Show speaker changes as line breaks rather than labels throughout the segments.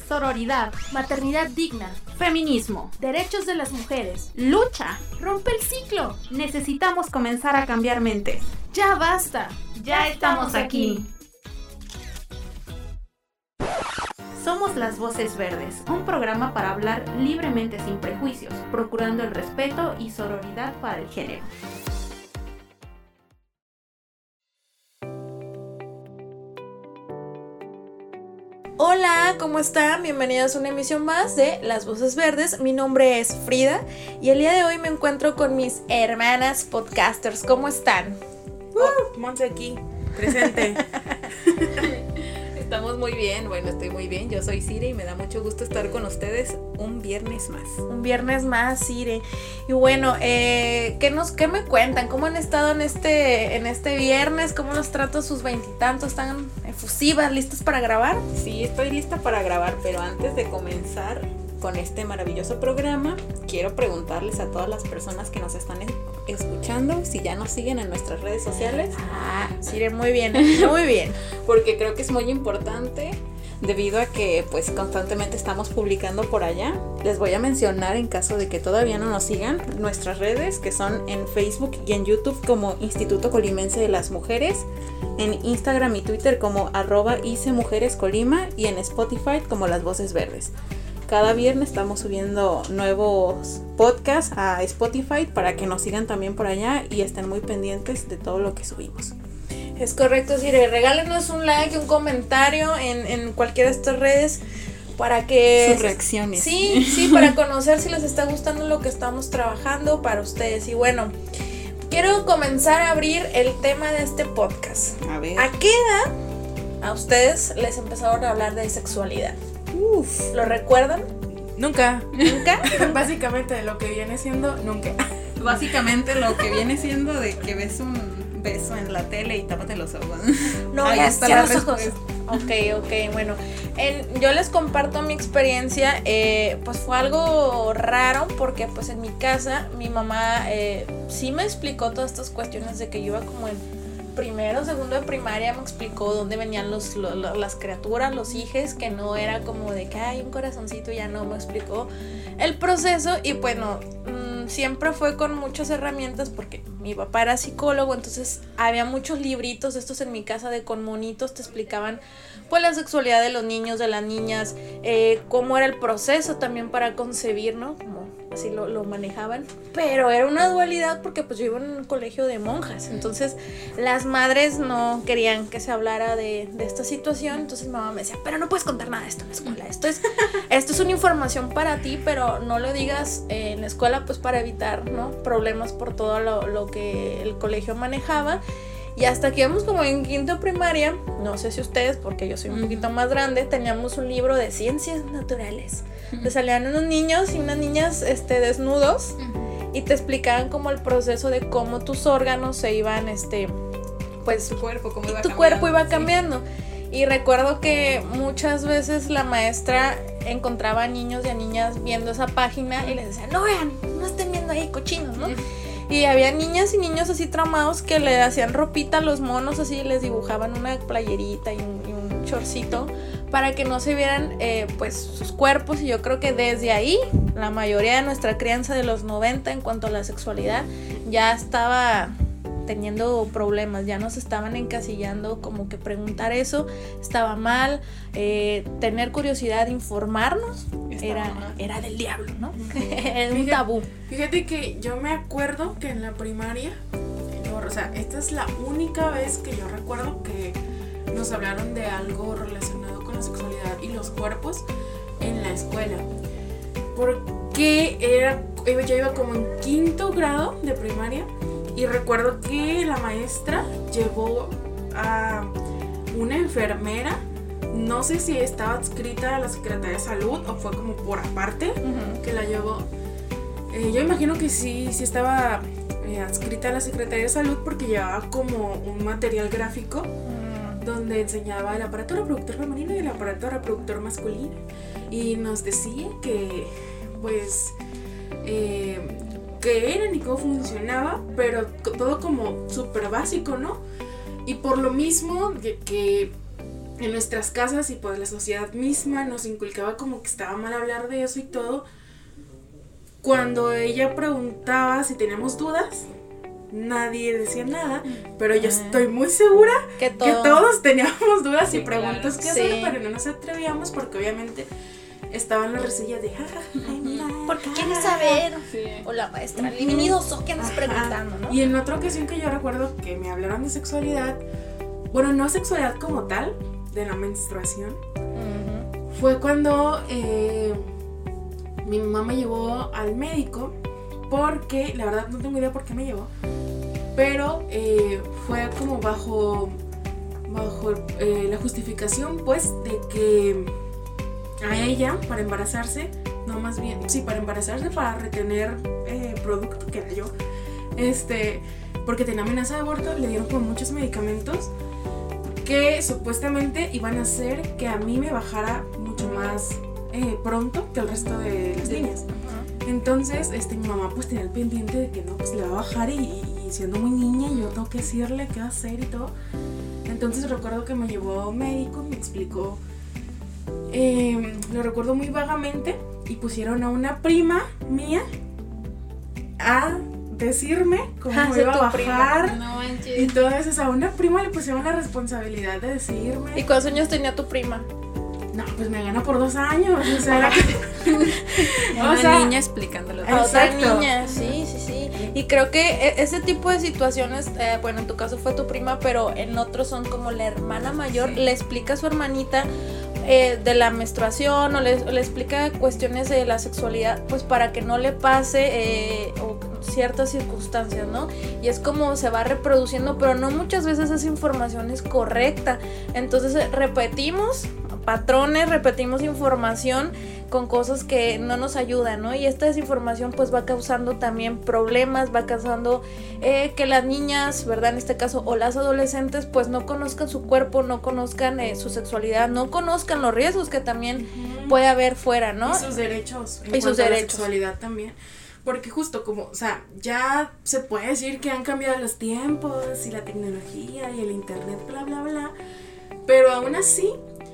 sororidad,
maternidad digna,
feminismo,
derechos de las mujeres,
lucha.
rompe el ciclo.
Necesitamos comenzar a cambiar mentes.
Ya basta.
Ya estamos aquí. Somos Las Voces Verdes, un programa para hablar libremente sin prejuicios, procurando el respeto y sororidad para el género.
Hola, ¿cómo están? Bienvenidos a una emisión más de Las Voces Verdes. Mi nombre es Frida y el día de hoy me encuentro con mis hermanas podcasters. ¿Cómo están?
Monse aquí, presente.
Estamos muy bien, bueno, estoy muy bien. Yo soy Cire y me da mucho gusto estar con ustedes un viernes más.
Un viernes más, Cire. Y bueno, ¿qué me cuentan? ¿Cómo han estado en este viernes? ¿Cómo los trato sus veintitantos? ¿Están efusivas, listas para grabar?
Sí, estoy lista para grabar, pero antes de comenzar con este maravilloso programa, quiero preguntarles a todas las personas que nos están escuchando si ya nos siguen en nuestras redes sociales.
Cire, muy bien, muy bien.
Porque creo que es muy importante debido a que pues constantemente estamos publicando por allá. Les voy a mencionar, en caso de que todavía no nos sigan, nuestras redes, que son en Facebook y en YouTube como Instituto Colimense de las Mujeres, en Instagram y Twitter como @IceMujeresColima y en Spotify como Las Voces Verdes. Cada viernes estamos subiendo nuevos podcasts a Spotify para que nos sigan también por allá y estén muy pendientes de todo lo que subimos.
Es correcto, Cire. Regálenos un like, un comentario en cualquiera de estas redes para que...
Sus reacciones.
Sí, para conocer si les está gustando lo que estamos trabajando para ustedes. Y bueno, quiero comenzar a abrir el tema de este podcast.
A ver.
¿A qué edad a ustedes les empezaron a hablar de sexualidad? ¿Lo recuerdan?
Nunca.
¿Nunca?
Básicamente lo que viene siendo nunca.
Básicamente lo que viene siendo de que ves un beso en la tele y tápate los ojos.
No,
ahí
ya
está
cierra
la
los ojos.
respuesta.
Ok, bueno. Yo les comparto mi experiencia. Pues fue algo raro porque pues en mi casa mi mamá sí me explicó todas estas cuestiones de que yo iba como en primero, segundo de primaria. Me explicó dónde venían las criaturas, los hijes, que no era como de que hay un corazoncito y ya no. Me explicó el proceso y bueno, siempre fue con muchas herramientas porque mi papá era psicólogo, entonces había muchos libritos estos en mi casa de con monitos, te explicaban pues la sexualidad de los niños, de las niñas, cómo era el proceso también para concebir, ¿no? Como así lo manejaban, pero era una dualidad porque pues yo iba en un colegio de monjas, entonces las madres no querían que se hablara de esta situación, entonces mi mamá me decía, pero no puedes contar nada de esto en la escuela, esto es una información para ti, pero no lo digas en la escuela pues para evitar, ¿no? Problemas por todo lo que el colegio manejaba. Y hasta que íbamos como en quinto primaria, no sé si ustedes, porque yo soy un poquito más grande, teníamos un libro de ciencias naturales. Te salían unos niños y unas niñas desnudos y te explicaban como el proceso de cómo tus órganos se iban, pues
Tu cuerpo, cómo iba
tu
cambiando.
cuerpo iba cambiando. Y recuerdo que muchas veces la maestra encontraba a niños y a niñas viendo esa página y les decía, no vean, no estén viendo ahí cochinos, ¿no? Y había niñas y niños así traumados que le hacían ropita a los monos, así les dibujaban una playerita y un shortcito para que no se vieran pues sus cuerpos. Y yo creo que desde ahí la mayoría de nuestra crianza de los 90 en cuanto a la sexualidad ya estaba teniendo problemas, ya nos estaban encasillando como que preguntar eso estaba mal, tener curiosidad de informarnos era del diablo, ¿no? Era un tabú.
Fíjate que yo me acuerdo que en la primaria, o sea, esta es la única vez que yo recuerdo que nos hablaron de algo relacionado con la sexualidad y los cuerpos en la escuela. Porque yo iba como en quinto grado de primaria y recuerdo que la maestra llevó a una enfermera, no sé si estaba adscrita a la Secretaría de Salud o fue como por aparte que la llevó. Yo imagino que sí estaba adscrita a la Secretaría de Salud porque llevaba como un material gráfico donde enseñaba el aparato reproductor femenino y el aparato reproductor masculino y nos decía que pues qué eran y cómo funcionaba, pero todo como súper básico, ¿no? Y por lo mismo que en nuestras casas y pues la sociedad misma nos inculcaba como que estaba mal hablar de eso y todo. Cuando ella preguntaba si teníamos dudas, nadie decía nada, pero yo estoy muy segura que todos teníamos dudas y preguntas que hacer, pero no nos atrevíamos porque obviamente estaban las resillas de
porque quieres saber. O la maestra, divinidoso, ¿qué andas preguntando, no?
Y en otra ocasión que yo recuerdo que me hablaron de sexualidad, bueno, no sexualidad como tal, de la menstruación, fue cuando mi mamá me llevó al médico, porque la verdad no tengo idea por qué me llevó, pero fue como bajo la justificación pues de que a ella para embarazarse, no más bien, sí, para embarazarse, para retener producto, que era yo, porque tenía amenaza de aborto, le dieron como muchos medicamentos que supuestamente iban a hacer que a mí me bajara mucho más pronto que el resto de las niñas. Entonces, mi mamá pues tenía el pendiente de que no, pues le va a bajar y siendo muy niña yo tengo que decirle qué va a hacer y todo. Entonces recuerdo que me llevó a un médico, me explicó, lo recuerdo muy vagamente, y pusieron a una prima mía a decirme cómo me iba a bajar y todo eso. O sea, a una prima le pusieron la responsabilidad de decirme.
¿Y cuántos años tenía tu prima?
No, pues me gana por 2 años. O sea, era
una niña explicándolo.
A otra niña, sí. Y creo que ese tipo de situaciones, bueno, en tu caso fue tu prima, pero en otros son como la hermana mayor, le explica a su hermanita de la menstruación o le explica cuestiones de la sexualidad, pues para que no le pase o ciertas circunstancias, ¿no? Y es como se va reproduciendo, pero no muchas veces esa información es correcta. Entonces repetimos patrones, repetimos información con cosas que no nos ayudan, ¿no? Y esta desinformación pues va causando también problemas, va causando que las niñas, ¿verdad? En este caso, o las adolescentes pues no conozcan su cuerpo, no conozcan su sexualidad, no conozcan los riesgos que también puede haber fuera, ¿no?
Y sus derechos. Y sus derechos. La sexualidad también. Porque justo como, o sea, ya se puede decir que han cambiado los tiempos y la tecnología y el internet, bla, bla, bla. Pero aún así,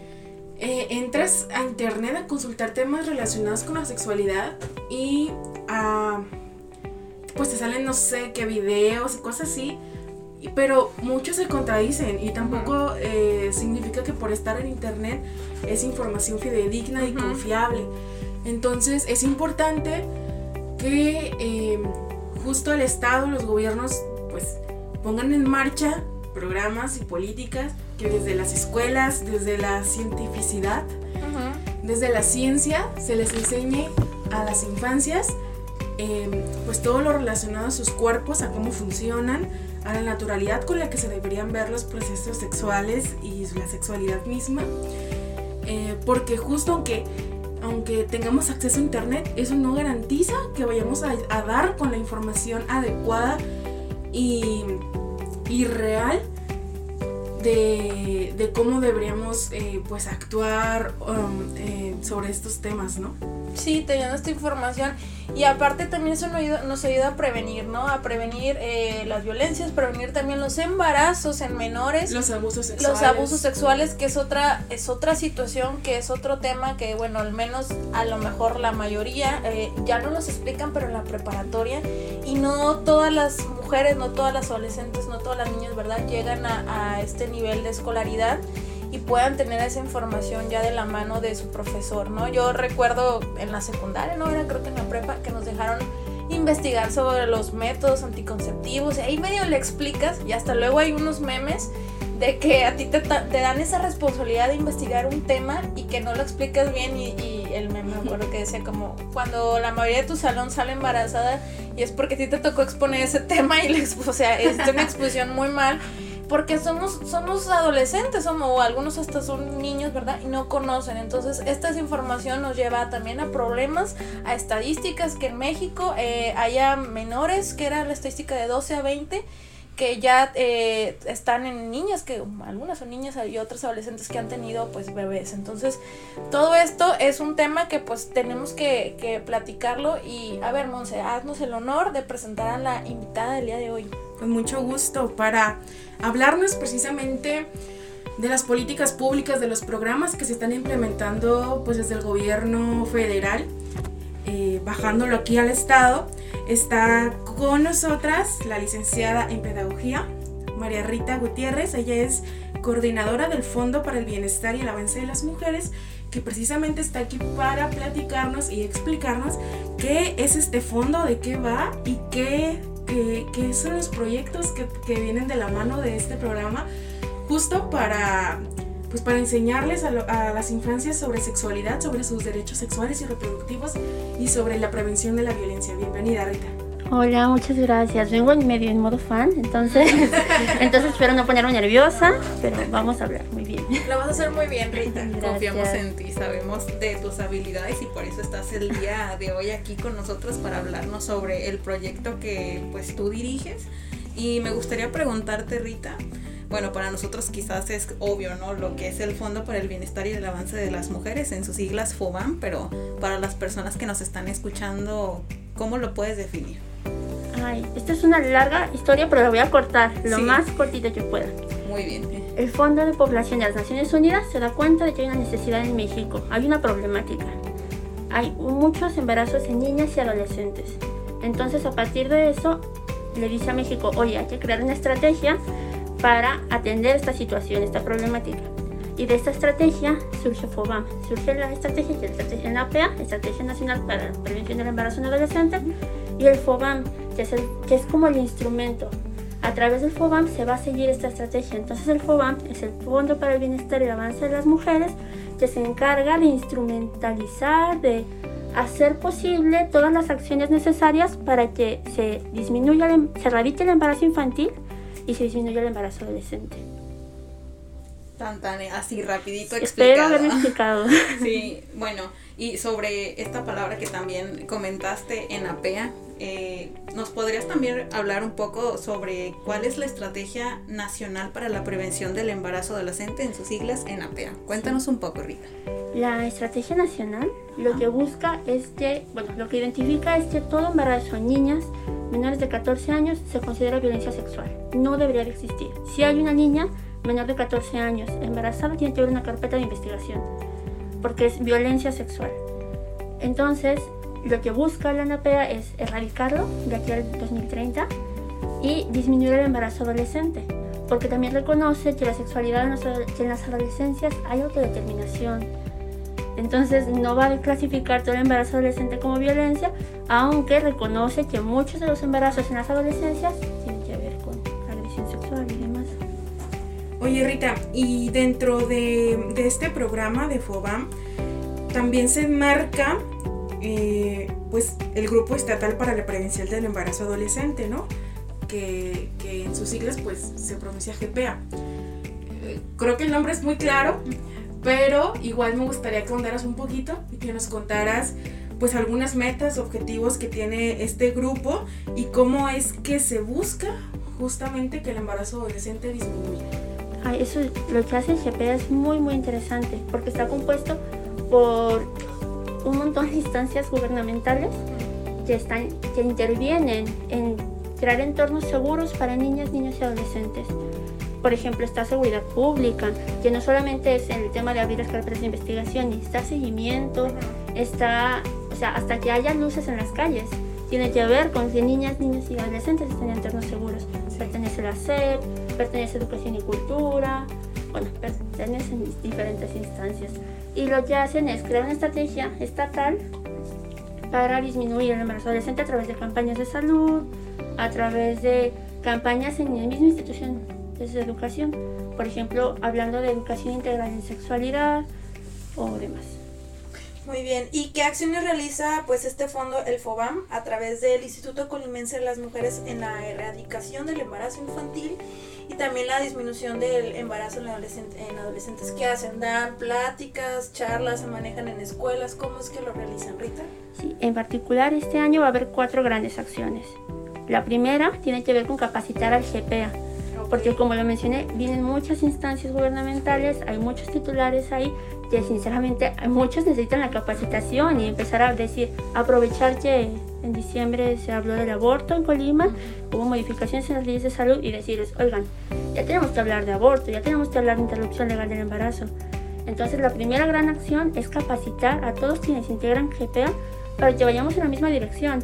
entras a internet a consultar temas relacionados con la sexualidad y pues te salen, no sé, qué videos y cosas así, pero muchos se contradicen y tampoco significa que por estar en internet es información fidedigna y confiable. Entonces es importante que justo el Estado, los gobiernos, pues pongan en marcha programas y políticas que desde las escuelas, desde la cientificidad, desde la ciencia, se les enseñe a las infancias pues todo lo relacionado a sus cuerpos, a cómo funcionan, a la naturalidad con la que se deberían ver los procesos sexuales y la sexualidad misma, porque justo aunque tengamos acceso a internet, eso no garantiza que vayamos a dar con la información adecuada y real de cómo deberíamos pues actuar sobre estos temas, ¿no?
Sí, teniendo esta información. Y aparte también eso nos ayuda a prevenir, ¿no? A prevenir las violencias, prevenir también los embarazos en menores.
Los abusos
sexuales, que es otra situación, que es otro tema que, bueno, al menos a lo mejor la mayoría ya no nos explican, pero en la preparatoria. Y no todas las mujeres, no todas las adolescentes, no todas las niñas, ¿verdad? Llegan a este nivel de escolaridad y puedan tener esa información ya de la mano de su profesor, ¿no? Yo recuerdo en la secundaria, ¿no? Era creo que en la prepa, que nos dejaron investigar sobre los métodos anticonceptivos y ahí medio le explicas y hasta luego hay unos memes de que a ti te dan esa responsabilidad de investigar un tema y que no lo explicas bien y el meme me acuerdo que decía como cuando la mayoría de tu salón sale embarazada y es porque a ti te tocó exponer ese tema y o sea, es una exposición muy mal. Porque somos adolescentes, o algunos hasta son niños, ¿verdad? Y no conocen. Entonces, esta desinformación nos lleva también a problemas, a estadísticas que en México haya menores, que era la estadística de 12 a 20, que ya están en niñas, que algunas son niñas y otras adolescentes que han tenido pues bebés. Entonces, todo esto es un tema que pues tenemos que platicarlo. Y a ver, Monse, haznos el honor de presentar a la invitada del día de hoy.
Con mucho gusto, para hablarnos precisamente de las políticas públicas, de los programas que se están implementando pues desde el gobierno federal, bajándolo aquí al estado. Está con nosotras la licenciada en Pedagogía, María Rita Gutiérrez. Ella es coordinadora del Fondo para el Bienestar y el Avance de las Mujeres, que precisamente está aquí para platicarnos y explicarnos qué es este fondo, de qué va y qué son los proyectos que vienen de la mano de este programa, justo para enseñarles a las infancias sobre sexualidad, sobre sus derechos sexuales y reproductivos y sobre la prevención de la violencia. Bienvenida, Rita.
Hola, muchas gracias. Vengo medio en modo fan, entonces espero no ponerme nerviosa, pero vamos a hablar muy bien.
Lo vas a hacer muy bien, Rita.
Gracias.
Confiamos en ti, sabemos de tus habilidades y por eso estás el día de hoy aquí con nosotros para hablarnos sobre el proyecto que pues tú diriges. Y me gustaría preguntarte, Rita, bueno, para nosotros quizás es obvio, ¿no? Lo que es el Fondo para el Bienestar y el Avance de las Mujeres, en sus siglas FOBAM, pero para las personas que nos están escuchando, ¿cómo lo puedes definir?
Ay, esta es una larga historia, pero la voy a cortar lo
Sí.
más cortito que pueda.
Muy bien.
El Fondo de Población de las Naciones Unidas se da cuenta de que hay una necesidad en México, hay una problemática. Hay muchos embarazos en niñas y adolescentes. Entonces, a partir de eso, le dice a México, oye, hay que crear una estrategia para atender esta situación, esta problemática. Y de esta estrategia surge FOBAM. Surge la estrategia, que es la estrategia en APEA, Estrategia Nacional para la Prevención del Embarazo en Adolescentes, y el FOBAM, que es como el instrumento. A través del FOBAM se va a seguir esta estrategia. Entonces el FOBAM es el Fondo para el Bienestar y el Avance de las Mujeres, que se encarga de instrumentalizar, de hacer posible todas las acciones necesarias para que se disminuya, se erradique el embarazo infantil y se disminuya el embarazo adolescente.
Tan así rapidito
Espero
explicado.
haberme explicado.
Sí, bueno, y sobre esta palabra que también comentaste en APEA, ¿nos podrías también hablar un poco sobre cuál es la Estrategia Nacional para la Prevención del Embarazo Adolescente, en sus siglas en APEA? Cuéntanos un poco, Rita.
La estrategia nacional lo que busca es que, lo que identifica es que todo embarazo en niñas menores de 14 años se considera violencia sexual. No debería de existir. Si hay una niña menor de 14 años embarazada, tiene que haber una carpeta de investigación, porque es violencia sexual. Entonces, lo que busca la ANAPEA es erradicarlo de aquí al 2030 y disminuir el embarazo adolescente, porque también reconoce que la sexualidad que en las adolescencias hay autodeterminación. Entonces no va a clasificar todo el embarazo adolescente como violencia, aunque reconoce que muchos de los embarazos en las adolescencias tienen que ver con agresión sexual y demás.
Oye, Rita, y dentro de este programa de FOBAM también se enmarca pues el Grupo Estatal para la Prevención del Embarazo Adolescente, ¿no? Que en sus siglas pues se pronuncia GPA. Creo que el nombre es muy claro, pero igual me gustaría que ahondaras un poquito y que nos contaras pues algunas metas, objetivos que tiene este grupo y cómo es que se busca justamente que el embarazo adolescente disminuya.
Eso, lo que hace el GPA es muy muy interesante, porque está compuesto por un montón de instancias gubernamentales que intervienen en crear entornos seguros para niñas, niños y adolescentes. Por ejemplo, está seguridad pública, que no solamente es el tema de abrir las carpetas de investigación, está seguimiento, está, hasta que haya luces en las calles. Tiene que ver con que niñas, niños y adolescentes estén en entornos seguros. Pertenece a la SEP, pertenece a Educación y Cultura, pertenecen diferentes instancias. Y lo que hacen es crear una estrategia estatal para disminuir el embarazo adolescente a través de campañas de salud, a través de campañas en la misma institución de educación, por ejemplo, hablando de educación integral en sexualidad o demás.
Muy bien, ¿y qué acciones realiza pues este fondo, el FOBAM, a través del Instituto Colimense de las Mujeres en la erradicación del embarazo infantil y también la disminución del embarazo en adolescentes? ¿Qué hacen? ¿Dan pláticas, charlas, se manejan en escuelas? ¿Cómo es que lo realizan, Rita?
Sí, en particular este año va a haber 4 grandes acciones. La primera tiene que ver con capacitar al GPA, porque como lo mencioné, vienen muchas instancias gubernamentales, hay muchos titulares ahí que sinceramente muchos necesitan la capacitación y empezar a aprovechar que En diciembre se habló del aborto en Colima, hubo modificaciones en las leyes de salud y decirles, oigan, ya tenemos que hablar de aborto, ya tenemos que hablar de interrupción legal del embarazo. Entonces la primera gran acción es capacitar a todos quienes integran GPA para que vayamos en la misma dirección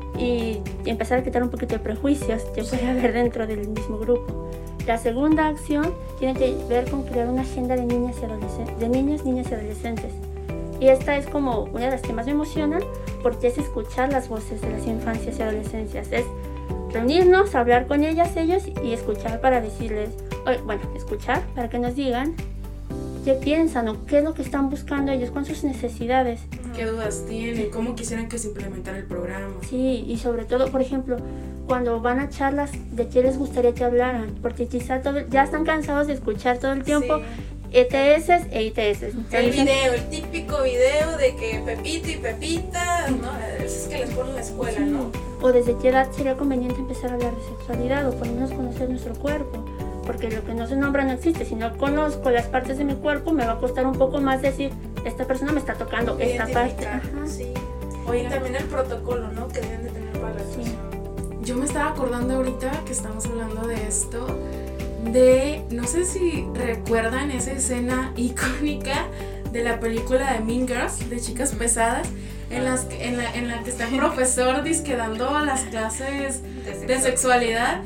y empezar a quitar un poquito de prejuicios que puede haber dentro del mismo grupo. La segunda acción tiene que ver con crear una agenda de niñas y adolescentes, de niños, niñas y adolescentes. Y esta es como una de las que más me emocionan porque es escuchar las voces de las infancias y adolescencias. Es reunirnos, hablar con ellos y escuchar para decirles, escuchar para que nos digan qué piensan o qué es lo que están buscando ellos, cuáles son sus necesidades.
¿Qué dudas tienen? ¿Cómo quisieran que se implementara el programa?
Sí, y sobre todo, por ejemplo, cuando van a charlas, ¿de qué les gustaría que hablaran? Porque quizá ya están cansados de escuchar todo el tiempo ETS e ITS.
El video, el típico video de que Pepito y Pepita, ¿no? Es que les ponen en la escuela, ¿no?
O desde qué edad sería conveniente empezar a hablar de sexualidad o por lo menos conocer nuestro cuerpo. Porque lo que no se nombra no existe. Si no conozco las partes de mi cuerpo, me va a costar un poco más decir, esta persona me está tocando esta parte. Ajá.
Sí. Oye, también el protocolo, ¿no? Que deben de tener para la
sí.
Yo me estaba acordando ahorita que estamos hablando de esto, de, no sé si recuerdan esa escena icónica de la película de Mean Girls, de Chicas Pesadas, en la que está el profesor disque dando las clases de sexualidad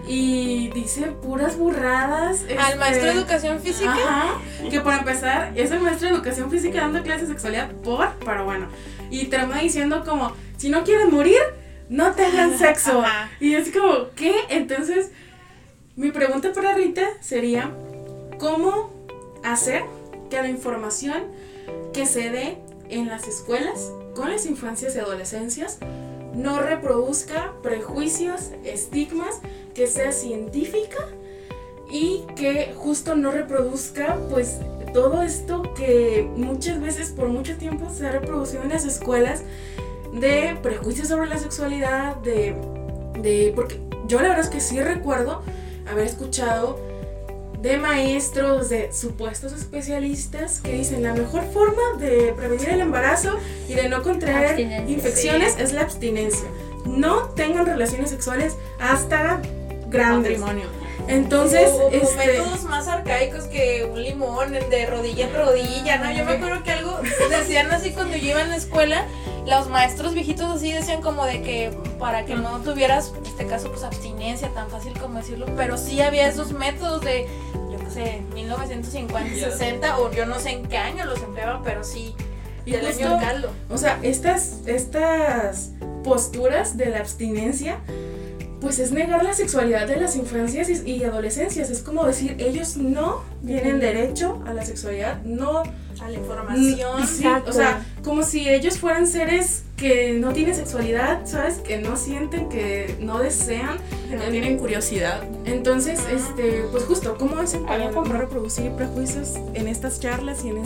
y dice puras burradas.
Al maestro de educación física.
Ajá, que para empezar es el maestro de educación física dando clases de sexualidad pero bueno, y termina diciendo como, si no quieren morir, no tengan sexo. Ajá. Y es como, ¿qué? Entonces, mi pregunta para Rita sería, ¿cómo hacer que la información que se dé en las escuelas con las infancias y adolescencias no reproduzca prejuicios, estigmas, que sea científica y que justo no reproduzca pues todo esto que muchas veces por mucho tiempo se ha reproducido en las escuelas de prejuicios sobre la sexualidad, porque yo la verdad es que sí recuerdo haber escuchado de maestros, de supuestos especialistas que dicen la mejor forma de prevenir el embarazo y de no contraer infecciones es la abstinencia. No tengan relaciones sexuales hasta grandes.
Matrimonio.
Entonces,
métodos más arcaicos que un limón de rodilla en rodilla, ¿no? Yo me acuerdo que algo decían así cuando yo iba en la escuela, los maestros viejitos así decían como de que para que no tuvieras, en este caso, pues abstinencia, tan fácil como decirlo, pero sí había esos métodos de, yo qué sé, 1950, 60, o yo no sé en qué año los empleaban, pero sí, del año del caldo.
O sea, estas posturas de la abstinencia, pues es negar la sexualidad de las infancias y adolescencias. Es como decir, ellos no tienen derecho a la sexualidad, no
a la información.
Sí, o sea, como si ellos fueran seres que no tienen sexualidad, ¿sabes? Que no sienten, que no desean,
que no tienen curiosidad.
Entonces, pues justo, ¿cómo hacen para no reproducir prejuicios en estas charlas y en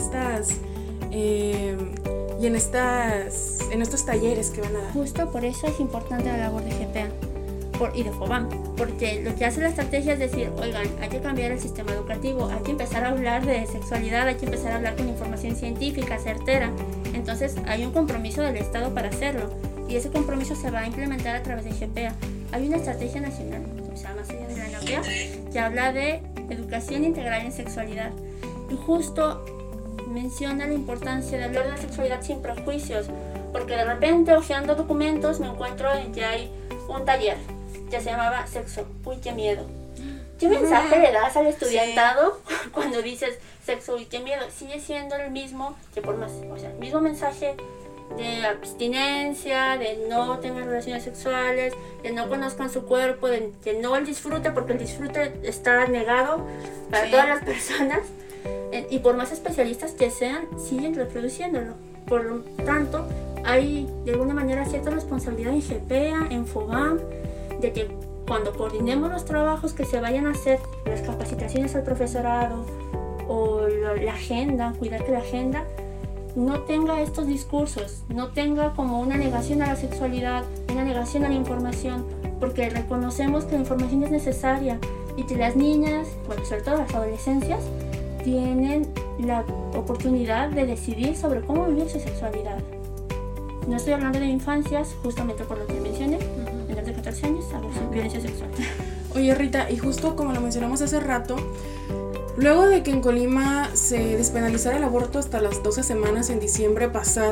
estos talleres que van a dar?
Justo por eso es importante la labor de GPA y de FOBAM, porque lo que hace la estrategia es decir, oigan, hay que cambiar el sistema educativo, hay que empezar a hablar de sexualidad, hay que empezar a hablar con información científica, certera. Entonces hay un compromiso del Estado para hacerlo y ese compromiso se va a implementar a través de GPA. Hay una estrategia nacional, o sea, más allá de la NAPEA, que habla de educación integral en sexualidad y justo menciona la importancia de hablar de la sexualidad sin prejuicios, porque de repente hojeando documentos me encuentro en que hay un taller que se llamaba Sexo, uy, qué miedo. ¿Qué mensaje le das al estudiantado cuando dices sexo, uy, qué miedo? Sigue siendo el mismo, que por más, o sea, el mismo mensaje de abstinencia, de no tener relaciones sexuales, de no conozcan su cuerpo, de que no el disfrute, porque el disfrute está negado para todas las personas, y por más especialistas que sean, siguen reproduciéndolo. Por lo tanto, hay de alguna manera cierta responsabilidad en GPA, en FOBAM, de que cuando coordinemos los trabajos que se vayan a hacer, las capacitaciones al profesorado o la agenda, cuidar que la agenda no tenga estos discursos, no tenga como una negación a la sexualidad, una negación a la información, porque reconocemos que la información es necesaria y que las niñas, bueno, sobre todo las adolescencias, tienen la oportunidad de decidir sobre cómo vivir su sexualidad. No estoy hablando de infancias, justamente por lo que mencioné, menores de 14 años, a ver, violencia sexual.
Oye, Rita, y justo como lo mencionamos hace rato, luego de que en Colima se despenalizara el aborto hasta las 12 semanas en diciembre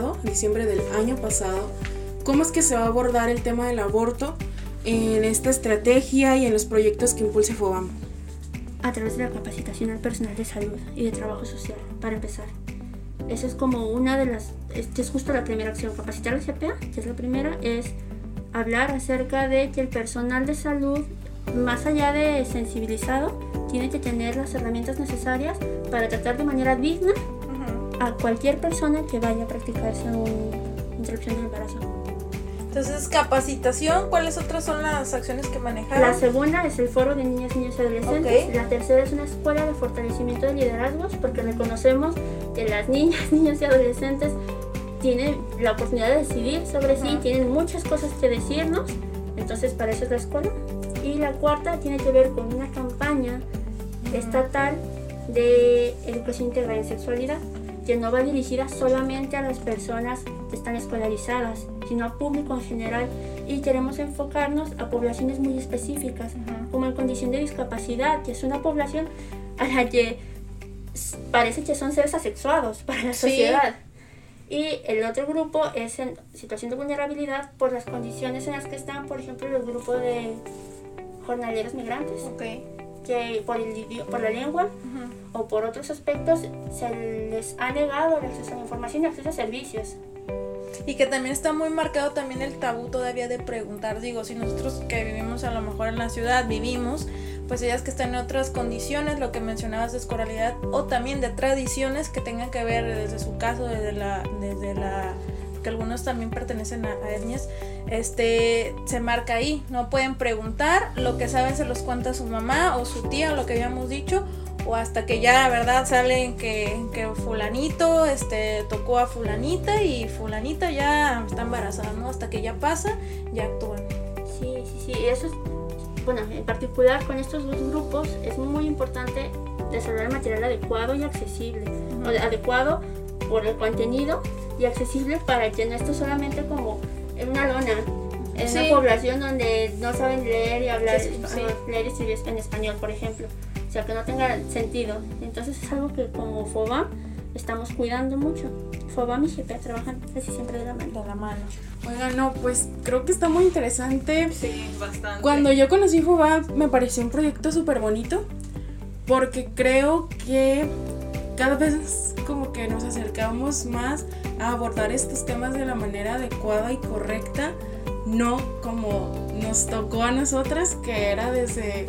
del año pasado, ¿cómo es que se va a abordar el tema del aborto en esta estrategia y en los proyectos que impulsa FOBAM?
A través de la capacitación al personal de salud y de trabajo social, para empezar. Eso es como una de las, es justo la primera acción, capacitar al CPA, que es la primera, es hablar acerca de que el personal de salud, más allá de sensibilizado, tiene que tener las herramientas necesarias para tratar de manera digna a cualquier persona que vaya a practicarse una interrupción del embarazo.
Entonces, capacitación, ¿cuáles otras son las acciones que manejaron?
La segunda es el foro de niñas, niños y adolescentes. La tercera es una escuela de fortalecimiento de liderazgos, porque reconocemos que las niñas, niños y adolescentes tienen la oportunidad de decidir sobre sí, tienen muchas cosas que decirnos, entonces para eso es la escuela. Y la cuarta tiene que ver con una campaña estatal de educación integral en sexualidad, que no va dirigida solamente a las personas que están escolarizadas, sino a público en general, y queremos enfocarnos a poblaciones muy específicas, como en condición de discapacidad, que es una población a la que parece que son seres asexuados para la sociedad. Y el otro grupo es en situación de vulnerabilidad por las condiciones en las que están, por ejemplo, el grupo de jornaleros migrantes, que por la lengua o por otros aspectos se les ha negado el acceso a la información y acceso a servicios.
Y que también está muy marcado también el tabú todavía de preguntar, digo, si nosotros que vivimos a lo mejor en la ciudad vivimos, pues ellas que están en otras condiciones, lo que mencionabas de escolaridad o también de tradiciones que tengan que ver desde su caso, desde la porque algunos también pertenecen a etnias, se marca ahí, no pueden preguntar, lo que saben se los cuenta su mamá o su tía, lo que habíamos dicho, o hasta que ya, ¿verdad? Salen que fulanito tocó a fulanita y fulanita ya está embarazada, ¿no? Hasta que ya pasa, ya actúan.
Sí, eso es, bueno, en particular con estos dos grupos es muy importante desarrollar material adecuado y accesible, adecuado por el contenido y accesible para que no esté solamente como en una lona, en una población donde no saben leer y hablar, leer y escribir en español, por ejemplo. O sea, que no tenga sentido. Entonces es algo que como FOBAM estamos cuidando mucho. FOBAM y GPA trabajan casi siempre de la mano.
Oigan, no, pues creo que está muy interesante.
Sí, bastante.
Cuando yo conocí FOBAM me pareció un proyecto súper bonito, porque creo que cada vez como que nos acercamos más a abordar estos temas de la manera adecuada y correcta, no como nos tocó a nosotras, que era desde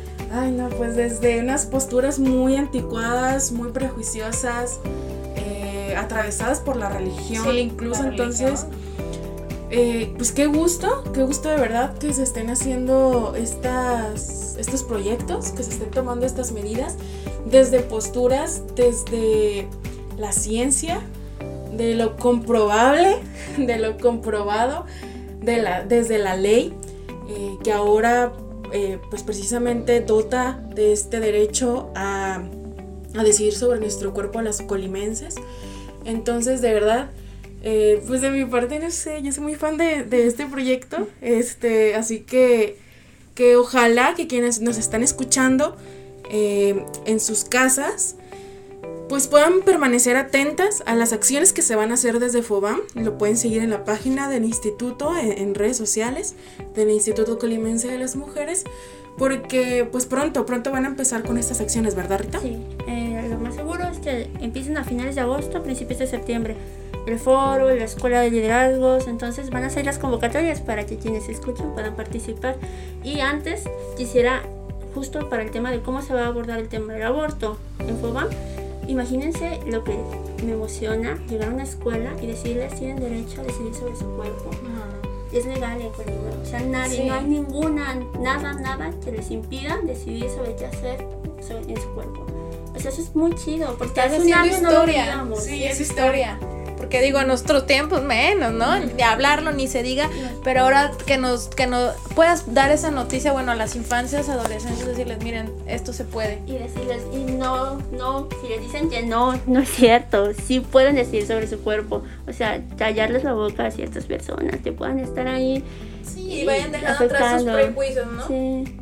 unas posturas muy anticuadas, muy prejuiciosas, atravesadas por la religión, incluso. Entonces, pues qué gusto de verdad que se estén haciendo estos proyectos, que se estén tomando estas medidas desde posturas, desde la ciencia, de lo comprobable, de lo comprobado, desde la ley, que ahora pues precisamente dota de este derecho a decidir sobre nuestro cuerpo a las colimenses. Entonces, de verdad, pues de mi parte, no sé, yo soy muy fan de este proyecto, así que ojalá que quienes nos están escuchando en sus casas pues puedan permanecer atentas a las acciones que se van a hacer desde FOBAM. Lo pueden seguir en la página del instituto, en redes sociales del Instituto Colimense de las Mujeres, porque pues pronto van a empezar con estas acciones, ¿verdad, Rita?
Sí, lo más seguro es que empiecen a finales de agosto, principios de septiembre, el foro, la escuela de liderazgos. Entonces van a ser las convocatorias para que quienes escuchen puedan participar. Y antes quisiera, justo para el tema de cómo se va a abordar el tema del aborto en FOBAM, imagínense lo que me emociona, llegar a una escuela y decirles tienen derecho a decidir sobre su cuerpo. Es legal en Colima, o sea, no hay nada que les impida decidir sobre qué hacer en su cuerpo. O sea, eso es muy chido, porque
estás
hace un
haciendo
año
historia.
no lo
Sí, es historia. porque digo, en nuestros tiempos menos, ¿no? Ni hablarlo, ni se diga, pero ahora que nos puedas dar esa noticia, bueno, a las infancias, adolescentes, decirles, miren, esto se puede.
Y decirles, y no, si les dicen que no es cierto, sí pueden decir sobre su cuerpo, o sea, callarles la boca a ciertas personas que puedan estar ahí.
Sí, y vayan dejando atrás sus prejuicios, ¿no?
Sí.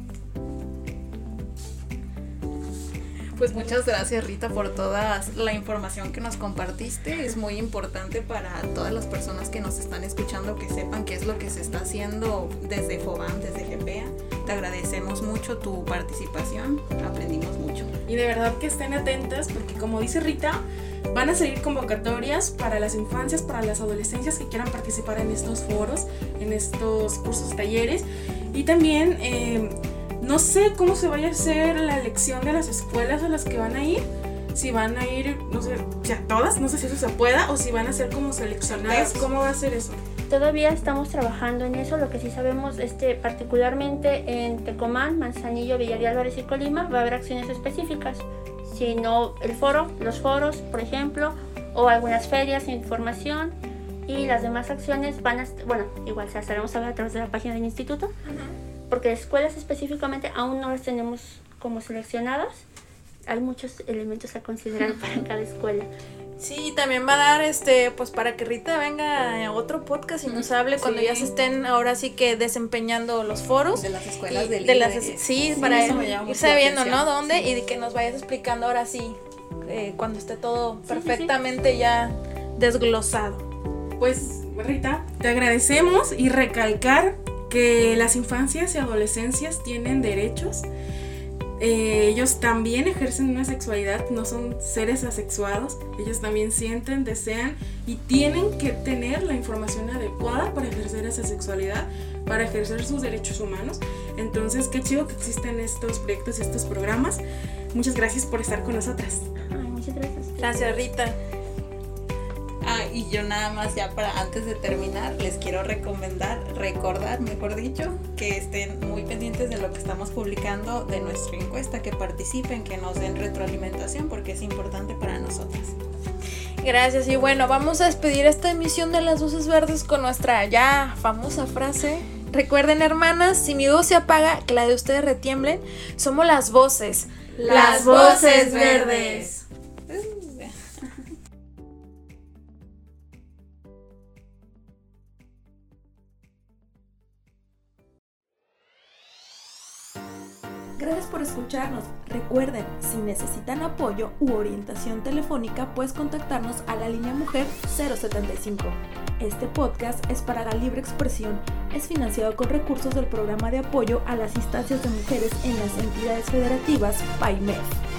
Pues muchas gracias, Rita, por toda la información que nos compartiste. Es muy importante para todas las personas que nos están escuchando que sepan qué es lo que se está haciendo desde FOBAM, desde GPEA. Te agradecemos mucho tu participación, aprendimos mucho.
Y de verdad que estén atentas porque, como dice Rita, van a salir convocatorias para las infancias, para las adolescencias que quieran participar en estos foros, en estos cursos, talleres. Y también no sé cómo se vaya a hacer la elección de las escuelas a las que van a ir. Si van a ir, no sé, ya todas, no sé si eso se pueda, o si van a ser como seleccionadas. ¿Cómo va a ser eso?
Todavía estamos trabajando en eso. Lo que sí sabemos, particularmente en Tecomán, Manzanillo, Villa de Álvarez y Colima, va a haber acciones específicas. Si no, los foros, por ejemplo, o algunas ferias de información, y las demás acciones van a, igual se las haremos a través de la página del instituto, porque escuelas específicamente aún no las tenemos como seleccionadas. Hay muchos elementos a considerar para cada escuela.
Sí, también va a dar pues para que Rita venga a otro podcast y nos hable cuando ya se estén ahora sí que desempeñando los foros
de las escuelas de líderes.
Sí, para ir sabiendo, ¿no? Dónde, y que nos vayas explicando ahora sí cuando esté todo perfectamente ya desglosado.
Pues Rita, te agradecemos y recalcar que las infancias y adolescencias tienen derechos. Ellos también ejercen una sexualidad, no son seres asexuados, ellos también sienten, desean y tienen que tener la información adecuada para ejercer esa sexualidad, para ejercer sus derechos humanos. Entonces, qué chido que existen estos proyectos y estos programas. Muchas gracias por estar con nosotras.
Muchas gracias.
Gracias, Rita.
Y yo nada más ya para antes de terminar les quiero recordar, mejor dicho, que estén muy pendientes de lo que estamos publicando de nuestra encuesta, que participen, que nos den retroalimentación porque es importante para nosotras.
Gracias, y bueno, vamos a despedir esta emisión de Las Voces Verdes con nuestra ya famosa frase. Recuerden, hermanas, si mi voz se apaga, que la de ustedes retiemblen, somos las voces.
Las Voces Verdes.
Gracias por escucharnos. Recuerden, si necesitan apoyo u orientación telefónica, puedes contactarnos a la línea Mujer 075. Este podcast es para la libre expresión. Es financiado con recursos del Programa de Apoyo a las Instancias de Mujeres en las Entidades Federativas PAIMEF.